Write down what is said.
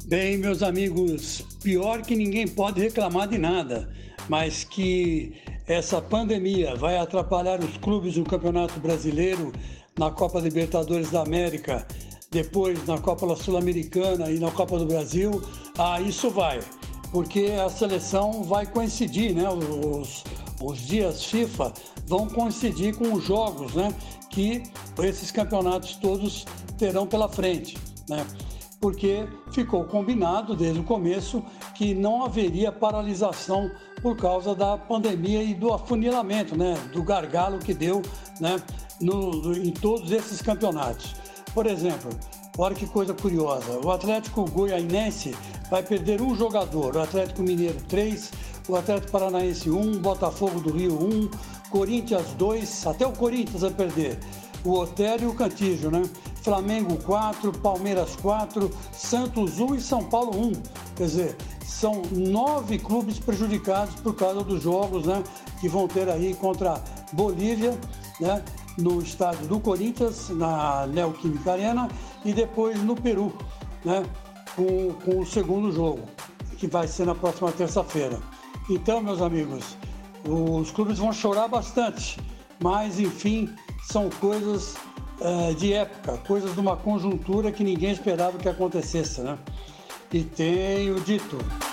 Bem, meus amigos, pior que ninguém pode reclamar de nada, mas que essa pandemia vai atrapalhar os clubes no Campeonato Brasileiro, na Copa Libertadores da América, depois na Copa Sul-Americana e na Copa do Brasil, isso vai, porque a seleção vai coincidir, né? Os dias FIFA vão coincidir com os jogos, né? Que esses campeonatos todos terão pela frente, né? Porque ficou combinado desde o começo que não haveria paralisação por causa da pandemia e do afunilamento, né, do gargalo que deu, né, em todos esses campeonatos. Por exemplo, olha que coisa curiosa, o Atlético Goianiense vai perder um jogador, o Atlético Mineiro 3, o Atlético Paranaense 1, Botafogo do Rio 1, Corinthians 2, até o Corinthians vai perder, o Otério e o Cantígio, né? Flamengo 4, Palmeiras 4, Santos 1 e São Paulo 1. Quer dizer, são 9 clubes prejudicados por causa dos jogos, né, que vão ter aí contra Bolívia, né, no estádio do Corinthians, na Neoquímica Arena, e depois no Peru, né, com o segundo jogo, que vai ser na próxima terça-feira. Então, meus amigos, os clubes vão chorar bastante, mas, enfim, são coisas de época, coisas de uma conjuntura que ninguém esperava que acontecesse, né? E tenho dito.